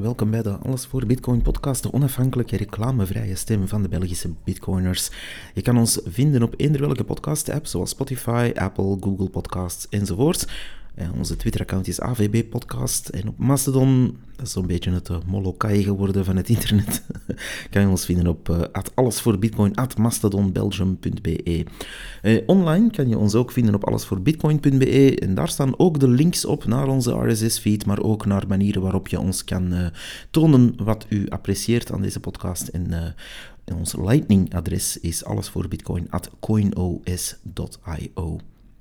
welkom bij de Alles voor Bitcoin podcast, de onafhankelijke reclamevrije stem van de Belgische Bitcoiners. Je kan ons vinden op eender welke podcast-app, zoals Spotify, Apple, Google Podcasts enzovoort. Onze Twitter-account is AVB Podcast en op Mastodon, dat is zo'n beetje het Molokai geworden van het internet, kan je ons vinden op allesvoorbitcoin @mastodonbelgium.be. Online kan je ons ook vinden op allesvoorbitcoin.be en daar staan ook de links op naar onze RSS-feed, maar ook naar manieren waarop je ons kan tonen wat u apprecieert aan deze podcast. En ons Lightning-adres is allesvoorbitcoin@coinos.io.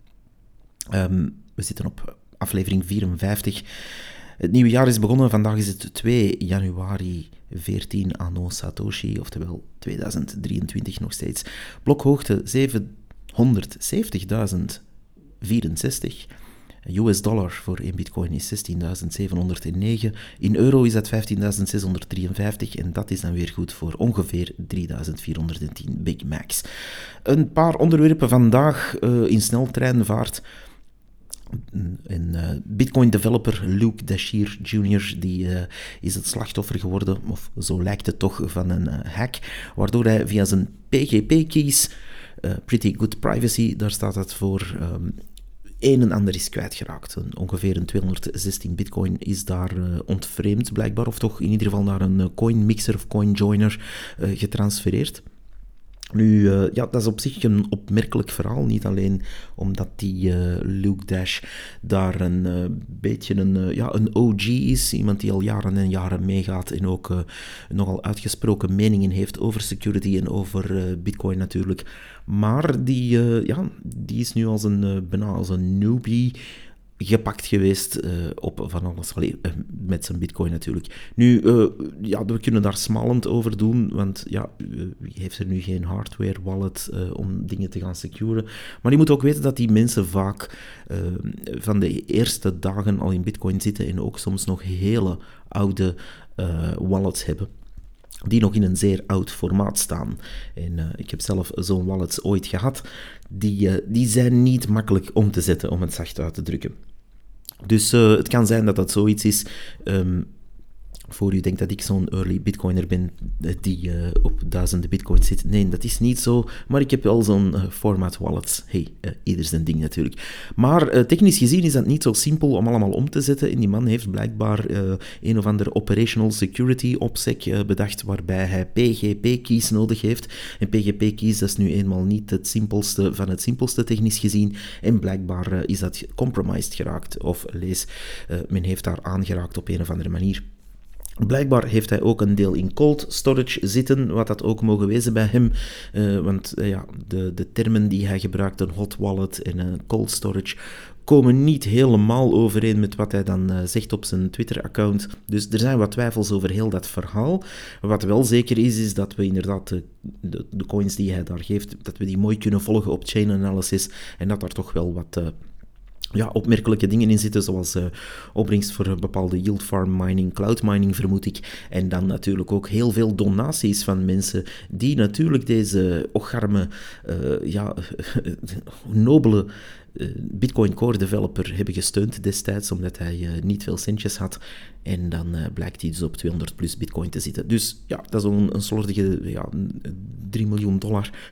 We zitten op aflevering 54. Het nieuwe jaar is begonnen. Vandaag is het 2 januari 14 anno Satoshi, oftewel 2023 nog steeds. Blokhoogte 770.064. US dollar voor 1 bitcoin is 16.709. In euro is dat 15.653 en dat is dan weer goed voor ongeveer 3.410 Big Macs. Een paar onderwerpen vandaag in sneltreinvaart. Een Bitcoin-developer, Luke Dashir Jr., die is het slachtoffer geworden, of zo lijkt het toch, van een hack, waardoor hij via zijn PGP-keys, Pretty Good Privacy, daar staat het voor, een en ander is kwijtgeraakt. Ongeveer een 216 bitcoin is daar ontvreemd, blijkbaar, of toch in ieder geval naar een coinmixer of coinjoiner getransfereerd. Nu, dat is op zich een opmerkelijk verhaal, niet alleen omdat die Luke Dash daar een beetje een OG is, iemand die al jaren en jaren meegaat en ook nogal uitgesproken meningen heeft over security en over bitcoin natuurlijk, maar die is nu bijna als een newbie gepakt geweest op van alles, met zijn bitcoin natuurlijk. Nu, we kunnen daar smalend over doen, want wie heeft er nu geen hardware wallet om dingen te gaan securen? Maar je moet ook weten dat die mensen vaak van de eerste dagen al in bitcoin zitten en ook soms nog hele oude wallets hebben, die nog in een zeer oud formaat staan. En ik heb zelf zo'n wallets ooit gehad. Die zijn niet makkelijk om te zetten, om het zacht uit te drukken. Dus het kan zijn dat dat zoiets is. Voor u denkt dat ik zo'n early bitcoiner ben die op duizenden bitcoins zit. Nee, dat is niet zo. Maar ik heb wel zo'n format wallets. Ieder zijn ding natuurlijk. Maar technisch gezien is dat niet zo simpel om allemaal om te zetten. En die man heeft blijkbaar een of andere operational security opsec bedacht waarbij hij PGP-keys nodig heeft. En PGP-keys, dat is nu eenmaal niet het simpelste van het simpelste technisch gezien. En blijkbaar is dat compromised geraakt. Of men heeft daar aangeraakt op een of andere manier. Blijkbaar heeft hij ook een deel in cold storage zitten, wat dat ook mogen wezen bij hem. Want de termen die hij gebruikt, een hot wallet en een cold storage, komen niet helemaal overeen met wat hij dan zegt op zijn Twitter-account. Dus er zijn wat twijfels over heel dat verhaal. Wat wel zeker is dat we inderdaad de coins die hij daar geeft, dat we die mooi kunnen volgen op chain analysis en dat daar toch wel wat opmerkelijke dingen in zitten, zoals opbrengst voor bepaalde yield farm mining, cloud mining vermoed ik. En dan natuurlijk ook heel veel donaties van mensen die natuurlijk deze ocharme, nobele Bitcoin Core developer hebben gesteund destijds, omdat hij niet veel centjes had. En dan blijkt hij dus op 200 plus bitcoin te zitten. Dus dat is een slordige $3 miljoen.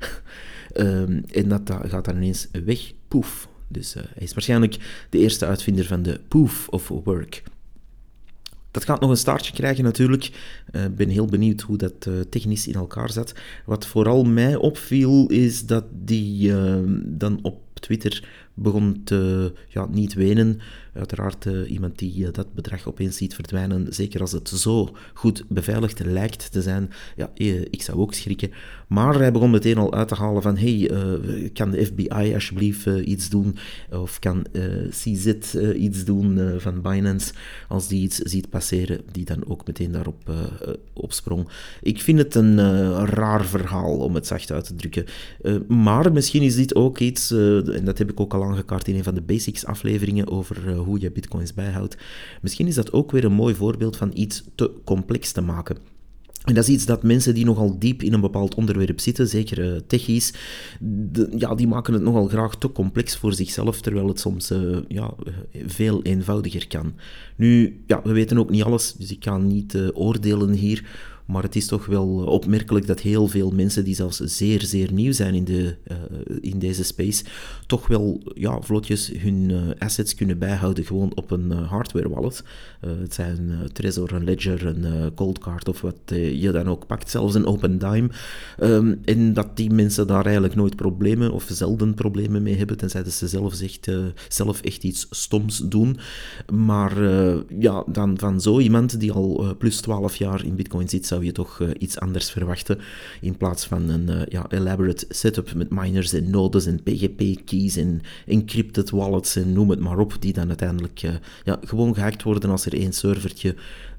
En dat gaat dan ineens weg. Poef. Dus hij is waarschijnlijk de eerste uitvinder van de proof of work. Dat gaat nog een staartje krijgen natuurlijk. Ik ben heel benieuwd hoe dat technisch in elkaar zat. Wat vooral mij opviel is dat die dan op Twitter begon te niet wenen. Uiteraard iemand die dat bedrag opeens ziet verdwijnen, zeker als het zo goed beveiligd lijkt te zijn, ik zou ook schrikken. Maar hij begon meteen al uit te halen van kan de FBI alsjeblieft iets doen? Of kan CZ iets doen van Binance? Als die iets ziet passeren, die dan ook meteen daarop opsprong. Ik vind het een raar verhaal, om het zacht uit te drukken. Maar misschien is dit ook iets, en dat heb ik ook al aangekaart in een van de basics afleveringen over hoe je bitcoins bijhoudt. Misschien is dat ook weer een mooi voorbeeld van iets te complex te maken. En dat is iets dat mensen die nogal diep in een bepaald onderwerp zitten, zeker techies, die maken het nogal graag te complex voor zichzelf, terwijl het soms veel eenvoudiger kan. Nu, we weten ook niet alles, dus ik kan niet oordelen hier, maar het is toch wel opmerkelijk dat heel veel mensen die zelfs zeer, zeer nieuw zijn in deze space, toch wel vlotjes hun assets kunnen bijhouden gewoon op een hardware wallet. Het zijn Trezor, een Ledger, een Coldcard of wat je dan ook pakt, zelfs een OpenDime. En dat die mensen daar eigenlijk nooit problemen of zelden problemen mee hebben, tenzij dat ze zelf echt iets stoms doen. Maar dan van zo iemand die al plus 12 jaar in Bitcoin zit, zou je toch iets anders verwachten, in plaats van een elaborate setup met miners en nodes en PGP-keys en encrypted wallets en noem het maar op, die dan uiteindelijk gewoon gehackt worden als er één servertje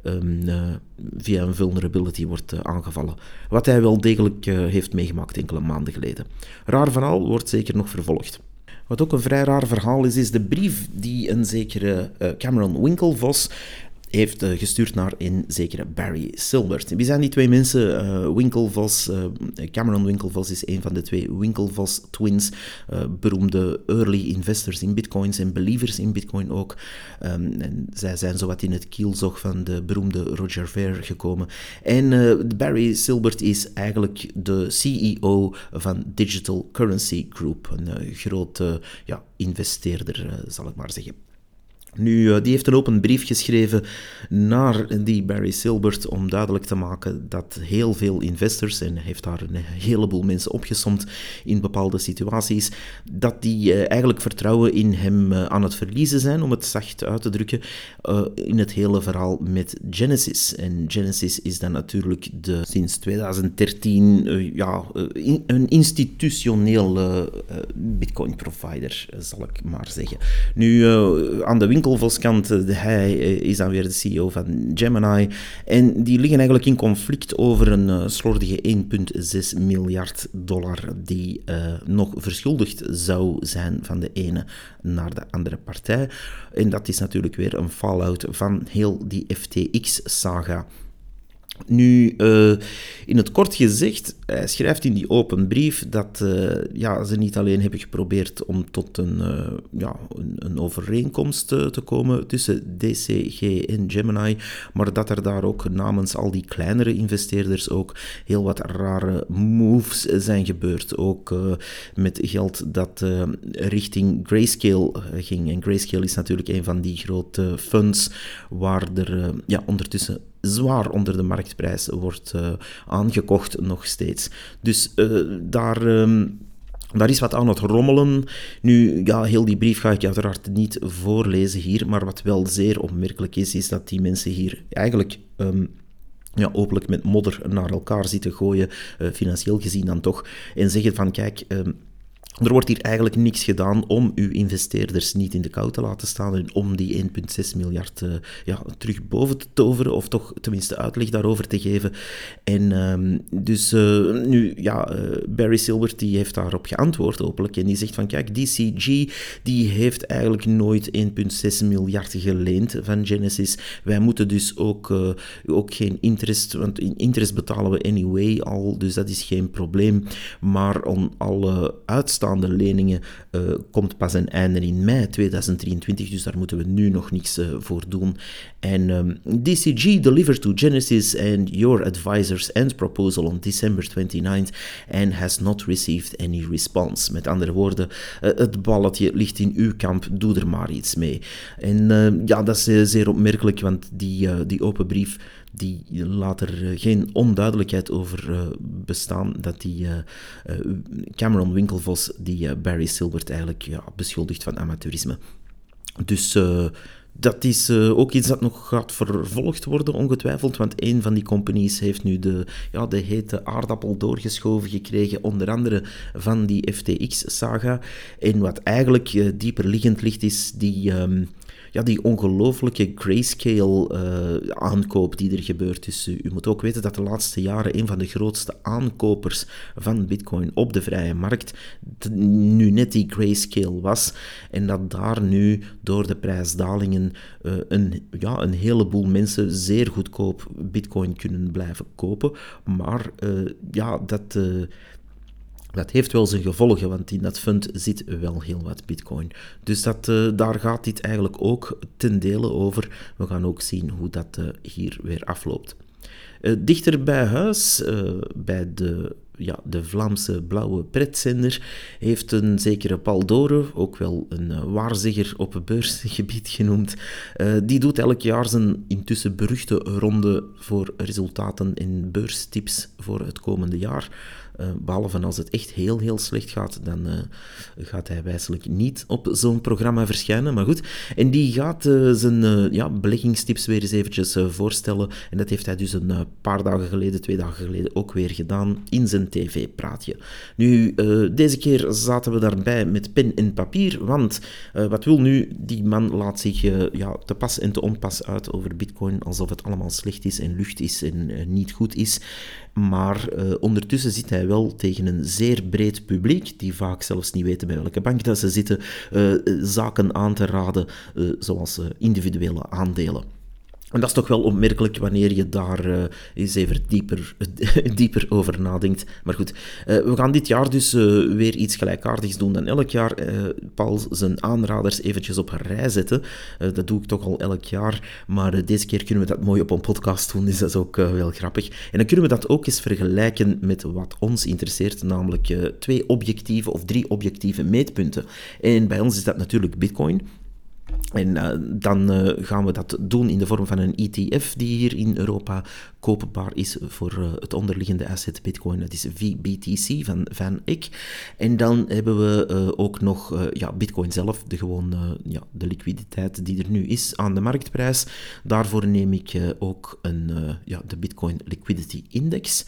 via een vulnerability wordt aangevallen. Wat hij wel degelijk heeft meegemaakt enkele maanden geleden. Raar verhaal, wordt zeker nog vervolgd. Wat ook een vrij raar verhaal is de brief die een zekere Cameron Winklevoss heeft gestuurd naar een zekere Barry Silbert. Wie zijn die twee mensen? Cameron Winklevoss is een van de twee Winklevoss twins, beroemde early investors in bitcoins en believers in bitcoin ook. En zij zijn zowat in het kielzog van de beroemde Roger Ver gekomen. En Barry Silbert is eigenlijk de CEO van Digital Currency Group, een grote investeerder, zal ik maar zeggen. Nu, die heeft een open brief geschreven naar die Barry Silbert om duidelijk te maken dat heel veel investors, en hij heeft daar een heleboel mensen opgesomd in bepaalde situaties, dat die eigenlijk vertrouwen in hem aan het verliezen zijn, om het zacht uit te drukken, in het hele verhaal met Genesis. En Genesis is dan natuurlijk sinds 2013 een institutioneel bitcoin provider, zal ik maar zeggen. Nu, aan de Winklevoss-kant, hij is dan weer de CEO van Gemini, en die liggen eigenlijk in conflict over een slordige $1,6 miljard die nog verschuldigd zou zijn van de ene naar de andere partij. En dat is natuurlijk weer een fallout van heel die FTX-saga. Nu, in het kort gezegd, hij schrijft in die open brief dat ze niet alleen hebben geprobeerd om tot een overeenkomst te komen tussen DCG en Gemini, maar dat er daar ook namens al die kleinere investeerders ook heel wat rare moves zijn gebeurd. Ook met geld dat richting Grayscale ging. En Grayscale is natuurlijk een van die grote funds waar er ondertussen zwaar onder de marktprijs wordt aangekocht nog steeds. Dus daar is wat aan het rommelen. Nu, heel die brief ga ik uiteraard niet voorlezen hier, maar wat wel zeer opmerkelijk is dat die mensen hier eigenlijk openlijk met modder naar elkaar zitten gooien, financieel gezien dan toch, en zeggen van kijk, er wordt hier eigenlijk niks gedaan om uw investeerders niet in de kou te laten staan en om die 1,6 miljard terug boven te toveren, of toch tenminste uitleg daarover te geven. En Barry Silbert die heeft daarop geantwoord openlijk en die zegt van kijk, DCG die heeft eigenlijk nooit 1,6 miljard geleend van Genesis. Wij moeten dus ook geen interest, want interest betalen we anyway al, dus dat is geen probleem. Maar om alle uitstaande leningen komt pas een einde in mei 2023, dus daar moeten we nu nog niks voor doen. En DCG delivered to Genesis and your advisors and proposal on December 29th and has not received any response. Met andere woorden, het balletje ligt in uw kamp, doe er maar iets mee. En dat is zeer opmerkelijk, want die open brief die laat er geen onduidelijkheid over bestaan dat die Cameron Winklevoss die Barry Silbert eigenlijk beschuldigt van amateurisme. Dus dat is ook iets dat nog gaat vervolgd worden, ongetwijfeld, want een van die companies heeft nu de hete aardappel doorgeschoven gekregen, onder andere van die FTX-saga. En wat eigenlijk dieper liggend ligt, is die ongelooflijke grayscale aankoop die er gebeurt. Dus u moet ook weten dat de laatste jaren een van de grootste aankopers van Bitcoin op de vrije markt nu net die grayscale was. En dat daar nu door de prijsdalingen een heleboel mensen zeer goedkoop Bitcoin kunnen blijven kopen. Maar dat heeft wel zijn gevolgen, want in dat fund zit wel heel wat Bitcoin. Dus daar gaat dit eigenlijk ook ten dele over. We gaan ook zien hoe dat hier weer afloopt. Dichter bij huis, bij de Vlaamse blauwe pretzender, heeft een zekere Paul Dore, ook wel een waarzegger op beursgebied genoemd, die doet elk jaar zijn intussen beruchte ronde voor resultaten en beurstips voor het komende jaar. Behalve als het echt heel, heel slecht gaat, dan gaat hij wijselijk niet op zo'n programma verschijnen. Maar goed, en die gaat zijn beleggingstips weer eens eventjes voorstellen. En dat heeft hij dus een paar dagen geleden, 2 dagen geleden, ook weer gedaan in zijn tv-praatje. Nu, deze keer zaten we daarbij met pen en papier, want wat wil nu? Die man laat zich te pas en te onpas uit over Bitcoin, alsof het allemaal slecht is en lucht is en niet goed is. Maar ondertussen zit hij wel tegen een zeer breed publiek, die vaak zelfs niet weten bij welke bank dat ze zitten, zaken aan te raden, zoals individuele aandelen. En dat is toch wel opmerkelijk wanneer je daar eens even dieper over nadenkt. Maar goed, we gaan dit jaar dus weer iets gelijkaardigs doen dan elk jaar. Paul zijn aanraders eventjes op een rij zetten. Dat doe ik toch al elk jaar. Maar deze keer kunnen we dat mooi op een podcast doen, dus dat is ook wel grappig. En dan kunnen we dat ook eens vergelijken met wat ons interesseert, namelijk 2 objectieve of 3 objectieve meetpunten. En bij ons is dat natuurlijk Bitcoin. En dan gaan we dat doen in de vorm van een ETF die hier in Europa koopbaar is voor het onderliggende asset Bitcoin. Dat is VBTC van Van Eck. En dan hebben we ook nog Bitcoin zelf, de liquiditeit die er nu is aan de marktprijs. Daarvoor neem ik ook de Bitcoin Liquidity Index.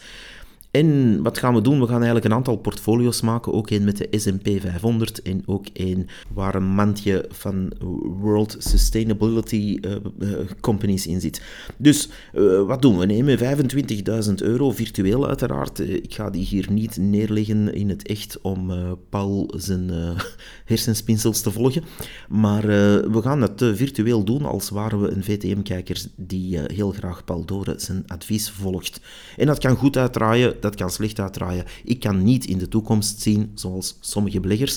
En wat gaan we doen? We gaan eigenlijk een aantal portfolio's maken. Ook één met de S&P 500 en ook één waar een mandje van World Sustainability Companies in zit. Dus wat doen we? We nemen €25.000 virtueel uiteraard. Ik ga die hier niet neerleggen in het echt om Paul zijn hersenspinsels te volgen. Maar we gaan het virtueel doen als waren we een VTM-kijker die heel graag Paul Dore zijn advies volgt. En dat kan goed uitdraaien. Dat kan slecht uitdraaien. Ik kan niet in de toekomst zien, zoals sommige beleggers.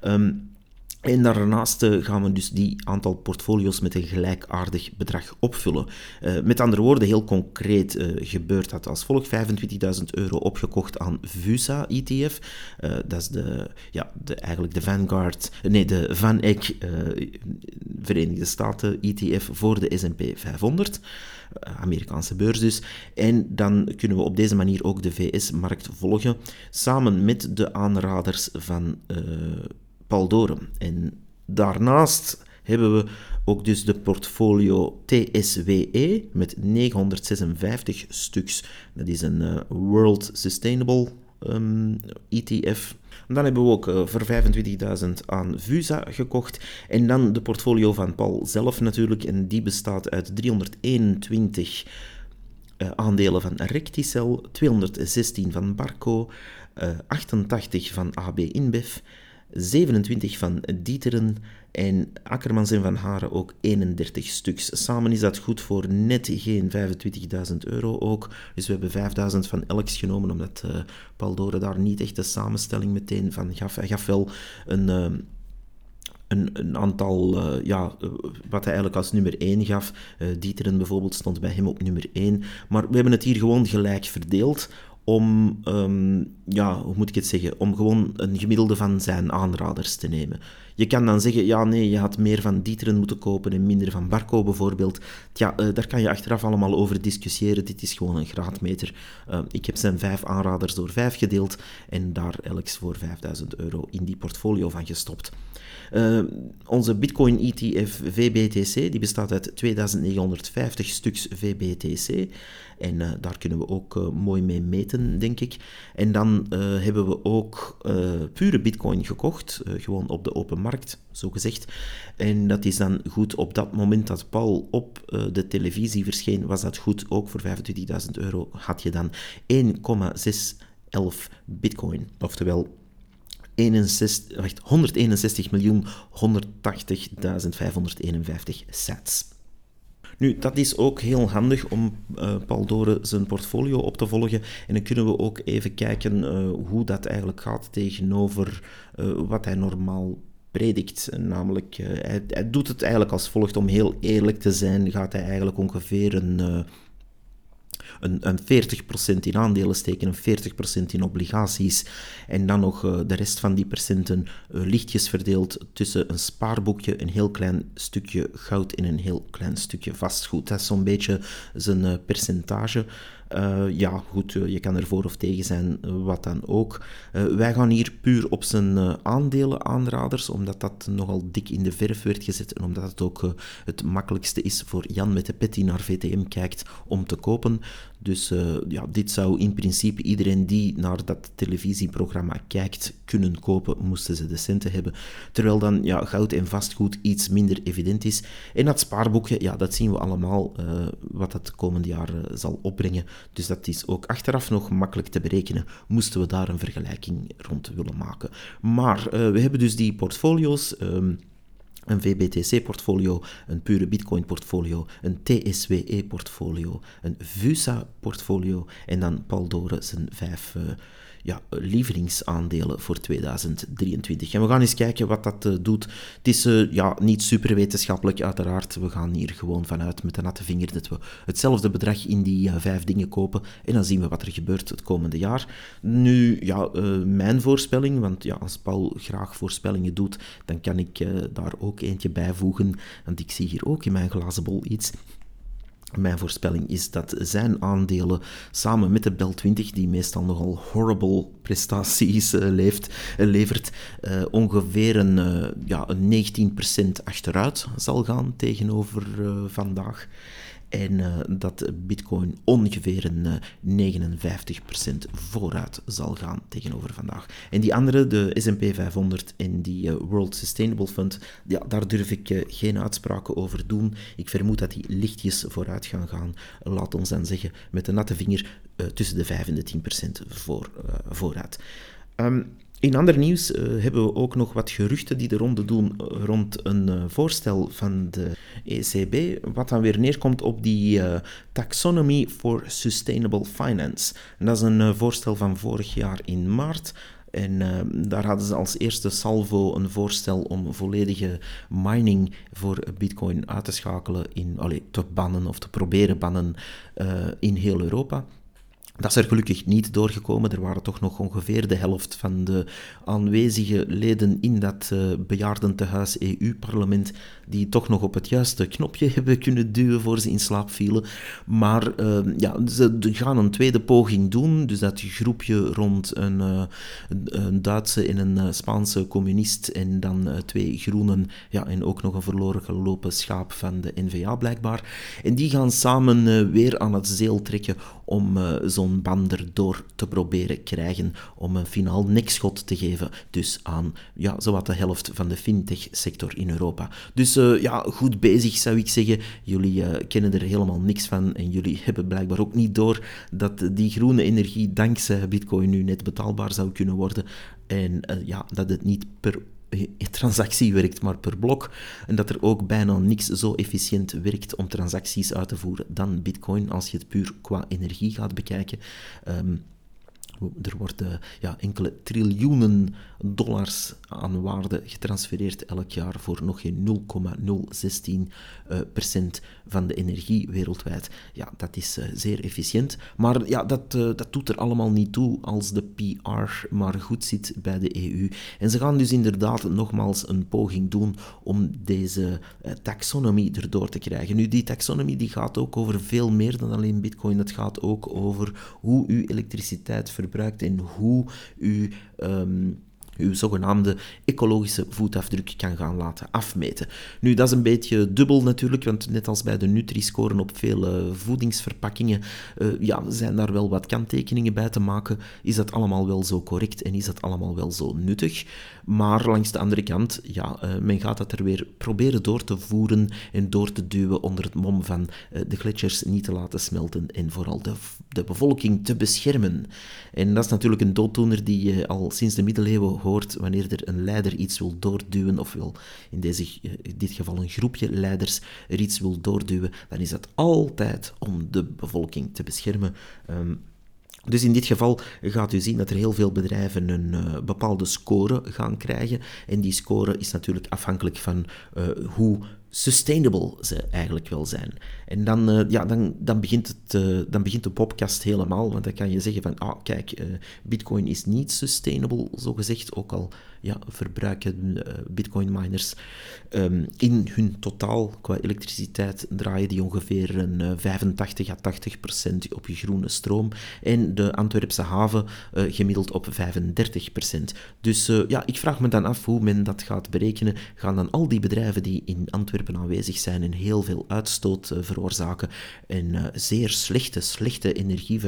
En daarnaast gaan we dus die aantal portfolio's met een gelijkaardig bedrag opvullen. Met andere woorden, heel concreet gebeurt dat als volgt. €25.000 opgekocht aan VUSA-ETF. Dat is eigenlijk de Vanguard, de Van Eck Verenigde Staten ETF voor de S&P 500. Amerikaanse beurs dus. En dan kunnen we op deze manier ook de VS-markt volgen, samen met de aanraders van Paul Dore. En daarnaast hebben we ook dus de portfolio TSWE met 956 stuks. Dat is een World Sustainable ETF. En dan hebben we ook voor 25.000 aan VUSA gekocht. En dan de portfolio van Paul zelf natuurlijk. En die bestaat uit 321 aandelen van Recticel, 216 van Barco, 88 van AB InBev, 27 van D'Ieteren en Akkermans en Van Haren ook 31 stuks. Samen is dat goed voor net geen €25.000 ook. Dus we hebben 5.000 van elks genomen, omdat Paul Dore daar niet echt de samenstelling meteen van gaf. Hij gaf wel een aantal, wat hij eigenlijk als nummer 1 gaf. D'Ieteren bijvoorbeeld stond bij hem op nummer 1. Maar we hebben het hier gewoon gelijk verdeeld om, hoe moet ik het zeggen, om gewoon een gemiddelde van zijn aanraders te nemen. Je kan dan zeggen, je had meer van D'Ieteren moeten kopen en minder van Barco bijvoorbeeld. Daar kan je achteraf allemaal over discussiëren. Dit is gewoon een graadmeter. Ik heb zijn 5 aanraders door 5 gedeeld en daar elks voor €5.000 in die portfolio van gestopt. Onze Bitcoin ETF VBTC, die bestaat uit 2950 stuks VBTC. En daar kunnen we ook mooi mee meten. centen, denk ik. En dan hebben we ook pure bitcoin gekocht, gewoon op de open markt, zo gezegd. En dat is dan goed. Op dat moment dat Paul op de televisie verscheen, was dat goed. Ook voor €25.000 had je dan 1,611 bitcoin. Oftewel 161.180.180.551 sats. Nu, dat is ook heel handig om Paul Dore zijn portfolio op te volgen. En dan kunnen we ook even kijken hoe dat eigenlijk gaat tegenover wat hij normaal predikt. Namelijk, hij doet het eigenlijk als volgt. Om heel eerlijk te zijn, gaat hij eigenlijk ongeveer een 40% in aandelen steken, een 40% in obligaties en dan nog de rest van die procenten lichtjes verdeeld tussen een spaarboekje, een heel klein stukje goud en een heel klein stukje vastgoed. Dat is zo'n beetje zijn percentage. Ja, goed, je kan er voor of tegen zijn, wat dan ook. Wij gaan hier puur op zijn aandelenaanraders, omdat dat nogal dik in de verf werd gezet en omdat het ook het makkelijkste is voor Jan met de pet die naar VTM kijkt om te kopen. Dus ja, dit zou in principe iedereen die naar dat televisieprogramma kijkt kunnen kopen, moesten ze de centen hebben. Terwijl dan ja, goud en vastgoed iets minder evident is. En dat spaarboekje, ja, dat zien we allemaal wat dat komende jaar zal opbrengen. Dus dat is ook achteraf nog makkelijk te berekenen, moesten we daar een vergelijking rond willen maken. Maar we hebben dus die portfolio's, een VBTC-portfolio, een pure Bitcoin-portfolio, een TSWE-portfolio, een VUSA-portfolio en dan Paul Dore zijn 5 lievelingsaandelen voor 2023. En we gaan eens kijken wat dat doet. Het is niet super wetenschappelijk, uiteraard. We gaan hier gewoon vanuit met de natte vinger dat we hetzelfde bedrag in die 5 dingen kopen en dan zien we wat er gebeurt het komende jaar. Nu, ja, mijn voorspelling, want ja, als Paul graag voorspellingen doet, dan kan ik daar ook eentje bijvoegen, want ik zie hier ook in mijn glazen bol iets. Mijn voorspelling is dat zijn aandelen samen met de Bel 20, die meestal nogal horrible prestaties levert, ongeveer een 19% achteruit zal gaan tegenover vandaag. En dat Bitcoin ongeveer een 59% vooruit zal gaan tegenover vandaag. En die andere, de S&P 500 en die World Sustainable Fund, ja, daar durf ik geen uitspraken over doen. Ik vermoed dat die lichtjes vooruit gaan. Laat ons dan zeggen, met de natte vinger tussen de 5 en de 10% vooruit. In ander nieuws hebben we ook nog wat geruchten die de ronde doen rond een voorstel van de ECB, wat dan weer neerkomt op die Taxonomy for Sustainable Finance. En dat is een voorstel van vorig jaar in maart. En daar hadden ze als eerste salvo een voorstel om volledige mining voor Bitcoin uit te schakelen, te bannen of te proberen bannen in heel Europa. Dat is er gelukkig niet doorgekomen. Er waren toch nog ongeveer de helft van de aanwezige leden in dat bejaardentehuis EU-parlement die toch nog op het juiste knopje hebben kunnen duwen voor ze in slaap vielen. Maar ze gaan een tweede poging doen. Dus dat groepje rond een Duitse en een Spaanse communist en dan 2 groenen, ja, en ook nog een verloren gelopen schaap van de N-VA blijkbaar. En die gaan samen weer aan het zeel trekken om zo'n ban erdoor te proberen krijgen, om een finaal nekschot te geven dus aan zowat de helft van de fintech-sector in Europa. Dus goed bezig zou ik zeggen. Jullie kennen er helemaal niks van en jullie hebben blijkbaar ook niet door dat die groene energie dankzij Bitcoin nu net betaalbaar zou kunnen worden en dat het niet per transactie werkt, maar per blok. En dat er ook bijna niks zo efficiënt werkt om transacties uit te voeren dan Bitcoin, als je het puur qua energie gaat bekijken. Er worden enkele triljoenen dollars aan waarde getransfereerd elk jaar voor nog geen 0,016% van de energie wereldwijd. Ja, dat is zeer efficiënt. Maar ja, dat doet er allemaal niet toe als de PR maar goed zit bij de EU. En ze gaan dus inderdaad nogmaals een poging doen om deze taxonomie erdoor te krijgen. Nu, die taxonomie die gaat ook over veel meer dan alleen Bitcoin. Het gaat ook over hoe u elektriciteit verbruikt en hoe u uw zogenaamde ecologische voetafdruk kan gaan laten afmeten. Nu, dat is een beetje dubbel natuurlijk, want net als bij de Nutri-scoren op veel voedingsverpakkingen, zijn daar wel wat kanttekeningen bij te maken. Is dat allemaal wel zo correct en is dat allemaal wel zo nuttig? Maar langs de andere kant, men gaat dat er weer proberen door te voeren en door te duwen onder het mom van de gletsjers niet te laten smelten en vooral de bevolking te beschermen. En dat is natuurlijk een dooddoener die je al sinds de middeleeuwen hoort wanneer er een leider iets wil doorduwen, ofwel in dit geval een groepje leiders er iets wil doorduwen, dan is dat altijd om de bevolking te beschermen. Dus in dit geval gaat u zien dat er heel veel bedrijven een bepaalde score gaan krijgen. En die score is natuurlijk afhankelijk van hoe sustainable ze eigenlijk wel zijn. En dan begint de popkast helemaal, want dan kan je zeggen van, kijk, Bitcoin is niet sustainable, zogezegd, ook al verbruiken Bitcoin-miners in hun totaal qua elektriciteit draaien die ongeveer een 85 à 80% op groene stroom en de Antwerpse haven gemiddeld op 35%. Dus ik vraag me dan af hoe men dat gaat berekenen. Gaan dan al die bedrijven die in Antwerpen aanwezig zijn en heel veel uitstoot veroorzaken en zeer slechte energie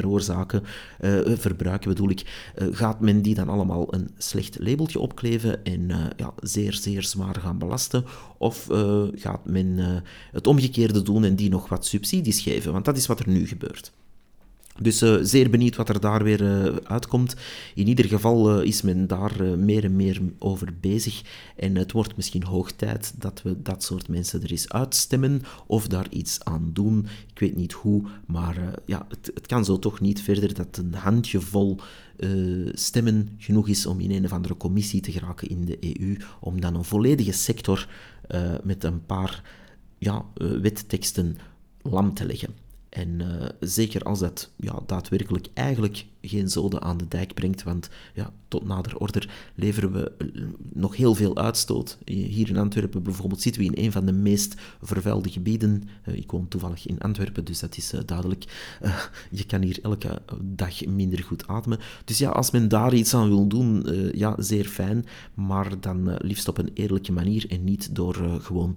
verbruiken bedoel ik, gaat men die dan allemaal een slecht labeltje opkleven en zeer, zeer zwaar gaan belasten? Of gaat men het omgekeerde doen en die nog wat subsidies geven? Want dat is wat er nu gebeurt. Dus zeer benieuwd wat er daar weer uitkomt. In ieder geval is men daar meer en meer over bezig. En het wordt misschien hoog tijd dat we dat soort mensen er eens uitstemmen of daar iets aan doen. Ik weet niet hoe, maar het kan zo toch niet verder dat een handjevol stemmen genoeg is om in een of andere commissie te geraken in de EU, om dan een volledige sector met een paar wetteksten lam te leggen. En zeker als dat daadwerkelijk eigenlijk geen zoden aan de dijk brengt, want tot nader order leveren we nog heel veel uitstoot. Hier in Antwerpen bijvoorbeeld zitten we in een van de meest vervuilde gebieden. Ik woon toevallig in Antwerpen, dus dat is duidelijk. Je kan hier elke dag minder goed ademen. Dus als men daar iets aan wil doen, zeer fijn, maar dan liefst op een eerlijke manier en niet door gewoon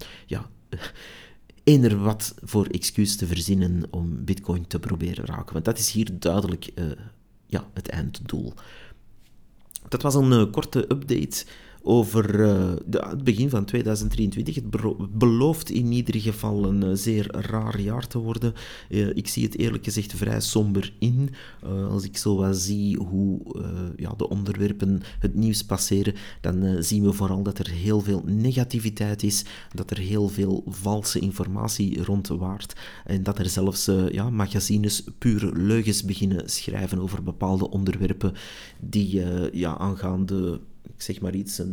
eender wat voor excuus te verzinnen om Bitcoin te proberen raken. Want dat is hier duidelijk het einddoel. Dat was een korte update over het begin van 2023. Het belooft in ieder geval een zeer raar jaar te worden. Ik zie het eerlijk gezegd vrij somber in. Als ik zo wat zie hoe de onderwerpen het nieuws passeren, dan zien we vooral dat er heel veel negativiteit is, dat er heel veel valse informatie rondwaart en dat er zelfs magazines pure leugens beginnen schrijven over bepaalde onderwerpen die aangaande, ik zeg maar iets,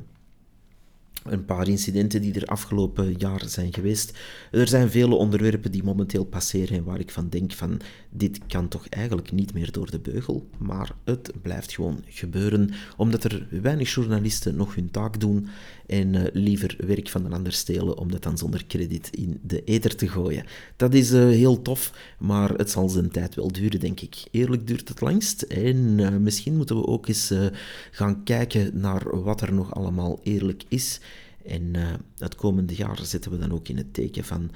een paar incidenten die er afgelopen jaar zijn geweest. Er zijn vele onderwerpen die momenteel passeren en waar ik van denk van, dit kan toch eigenlijk niet meer door de beugel, maar het blijft gewoon gebeuren, omdat er weinig journalisten nog hun taak doen en liever werk van een ander stelen om dat dan zonder credit in de ether te gooien. Dat is heel tof, maar het zal zijn tijd wel duren, denk ik. Eerlijk duurt het langst en misschien moeten we ook eens gaan kijken naar wat er nog allemaal eerlijk is. En het komende jaar zetten we dan ook in het teken van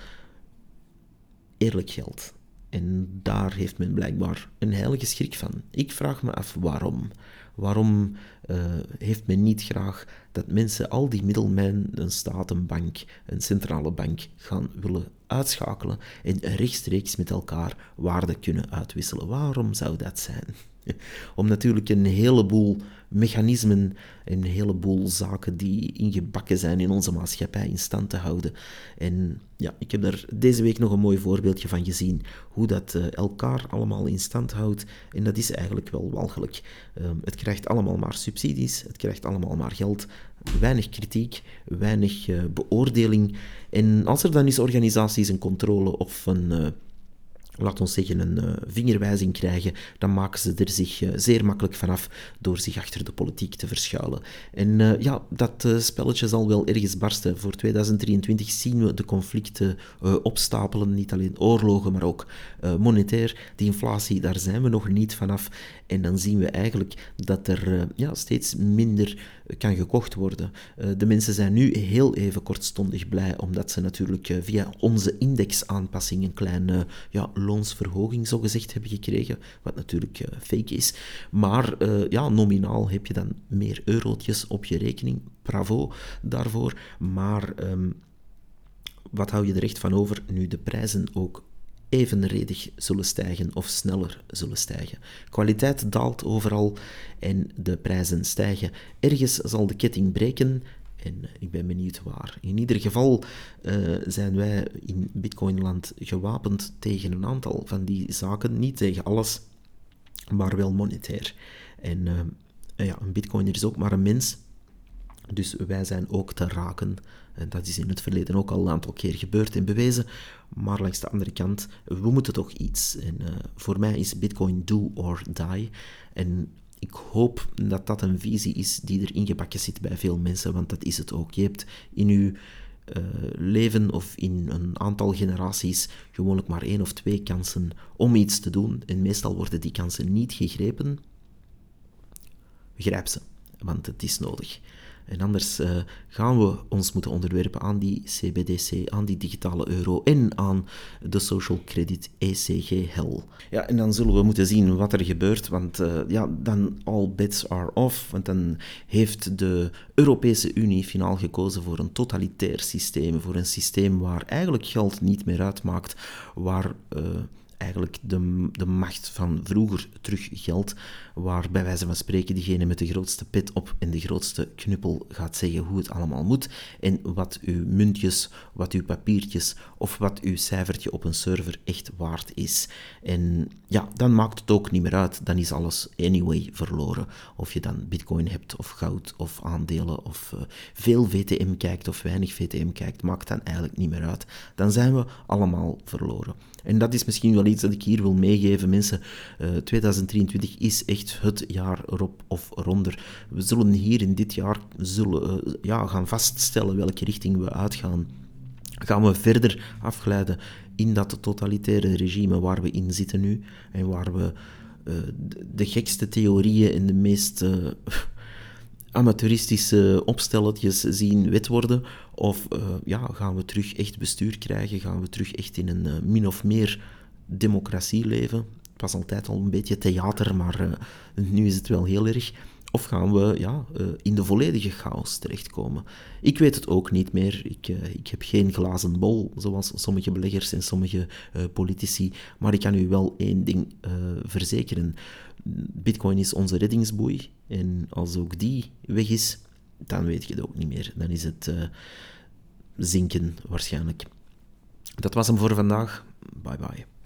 eerlijk geld. En daar heeft men blijkbaar een heilige schrik van. Ik vraag me af waarom. Waarom heeft men niet graag dat mensen al die middelmen, een staat, een bank, een centrale bank, gaan willen uitschakelen en rechtstreeks met elkaar waarde kunnen uitwisselen? Waarom zou dat zijn? Om natuurlijk een heleboel mechanismen en een heleboel zaken die ingebakken zijn in onze maatschappij in stand te houden. En ik heb daar deze week nog een mooi voorbeeldje van gezien, hoe dat elkaar allemaal in stand houdt. En dat is eigenlijk wel walgelijk. Het krijgt allemaal maar subsidies, het krijgt allemaal maar geld, weinig kritiek, weinig beoordeling. En als er dan eens organisaties een controle of laat ons zeggen, een vingerwijzing krijgen, dan maken ze er zich zeer makkelijk vanaf door zich achter de politiek te verschuilen. En dat spelletje zal wel ergens barsten. Voor 2023 zien we de conflicten opstapelen, niet alleen oorlogen, maar ook monetair. Die inflatie, daar zijn we nog niet vanaf. En dan zien we eigenlijk dat er steeds minder kan gekocht worden. De mensen zijn nu heel even kortstondig blij, omdat ze natuurlijk via onze indexaanpassing een kleine loonsverhoging zogezegd hebben gekregen, wat natuurlijk fake is. Maar nominaal heb je dan meer eurotjes op je rekening. Bravo daarvoor. Maar wat hou je er echt van over nu de prijzen ook evenredig zullen stijgen of sneller zullen stijgen? Kwaliteit daalt overal en de prijzen stijgen. Ergens zal de ketting breken en ik ben benieuwd waar. In ieder geval zijn wij in Bitcoinland gewapend tegen een aantal van die zaken. Niet tegen alles, maar wel monetair. En een bitcoiner is ook maar een mens. Dus wij zijn ook te raken. En dat is in het verleden ook al een aantal keer gebeurd en bewezen. Maar langs de andere kant, we moeten toch iets. En voor mij is Bitcoin do or die. En ik hoop dat dat een visie is die er ingebakken zit bij veel mensen, want dat is het ook. Je hebt in je leven of in een aantal generaties gewoonlijk maar 1 of 2 kansen om iets te doen. En meestal worden die kansen niet gegrepen. Grijp ze, want het is nodig. En anders gaan we ons moeten onderwerpen aan die CBDC, aan die digitale euro en aan de social credit ECG-hell. Ja, en dan zullen we moeten zien wat er gebeurt, want dan all bets are off. Want dan heeft de Europese Unie finaal gekozen voor een totalitair systeem, voor een systeem waar eigenlijk geld niet meer uitmaakt, waar eigenlijk de macht van vroeger terug geldt, waar bij wijze van spreken diegene met de grootste pet op en de grootste knuppel gaat zeggen hoe het allemaal moet en wat uw muntjes, wat uw papiertjes of wat uw cijfertje op een server echt waard is. En ja, dan maakt het ook niet meer uit, dan is alles anyway verloren. Of je dan bitcoin hebt of goud of aandelen of veel VTM kijkt of weinig VTM kijkt, maakt dan eigenlijk niet meer uit. Dan zijn we allemaal verloren. En dat is misschien wel iets dat ik hier wil meegeven, mensen. 2023 is echt het jaar erop of eronder. We zullen hier in dit jaar gaan vaststellen welke richting we uitgaan. Gaan we verder afglijden in dat totalitaire regime waar we in zitten nu en waar we de gekste theorieën en de meest amateuristische opstelletjes zien wet worden, of gaan we terug echt bestuur krijgen, gaan we terug echt in een min of meer democratie leven. Het was altijd al een beetje theater, maar nu is het wel heel erg. Of gaan we in de volledige chaos terechtkomen? Ik weet het ook niet meer. Ik heb geen glazen bol, zoals sommige beleggers en sommige politici. Maar ik kan u wel één ding verzekeren. Bitcoin is onze reddingsboei. En als ook die weg is, dan weet je het ook niet meer. Dan is het zinken waarschijnlijk. Dat was hem voor vandaag. Bye bye.